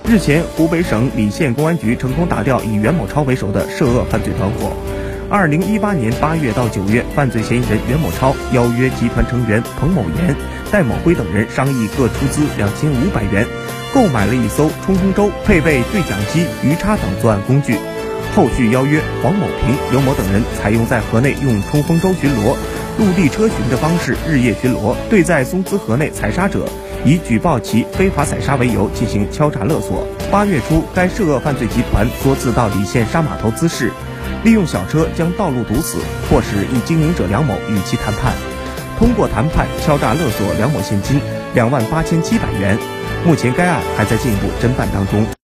日前，湖北省澧县公安局成功打掉以袁某超为首的涉恶犯罪团伙。2018年8月到9月，犯罪嫌疑人袁某超邀约集团成员彭某岩、戴某辉等人商议各出资2500元，购买了一艘冲锋舟，配备对讲机、鱼叉等作案工具。后续邀约黄某平、刘某等人采用在河内用冲锋舟巡逻、陆地车巡的方式日夜巡逻，对在松滋河内采沙者，以举报其非法采沙为由进行敲诈勒索。8月初，该涉恶犯罪集团多次到澧县沙码头滋事，利用小车将道路堵死，迫使一经营者梁某与其谈判。通过谈判敲诈勒索梁某现金28700元。目前该案还在进一步侦办当中。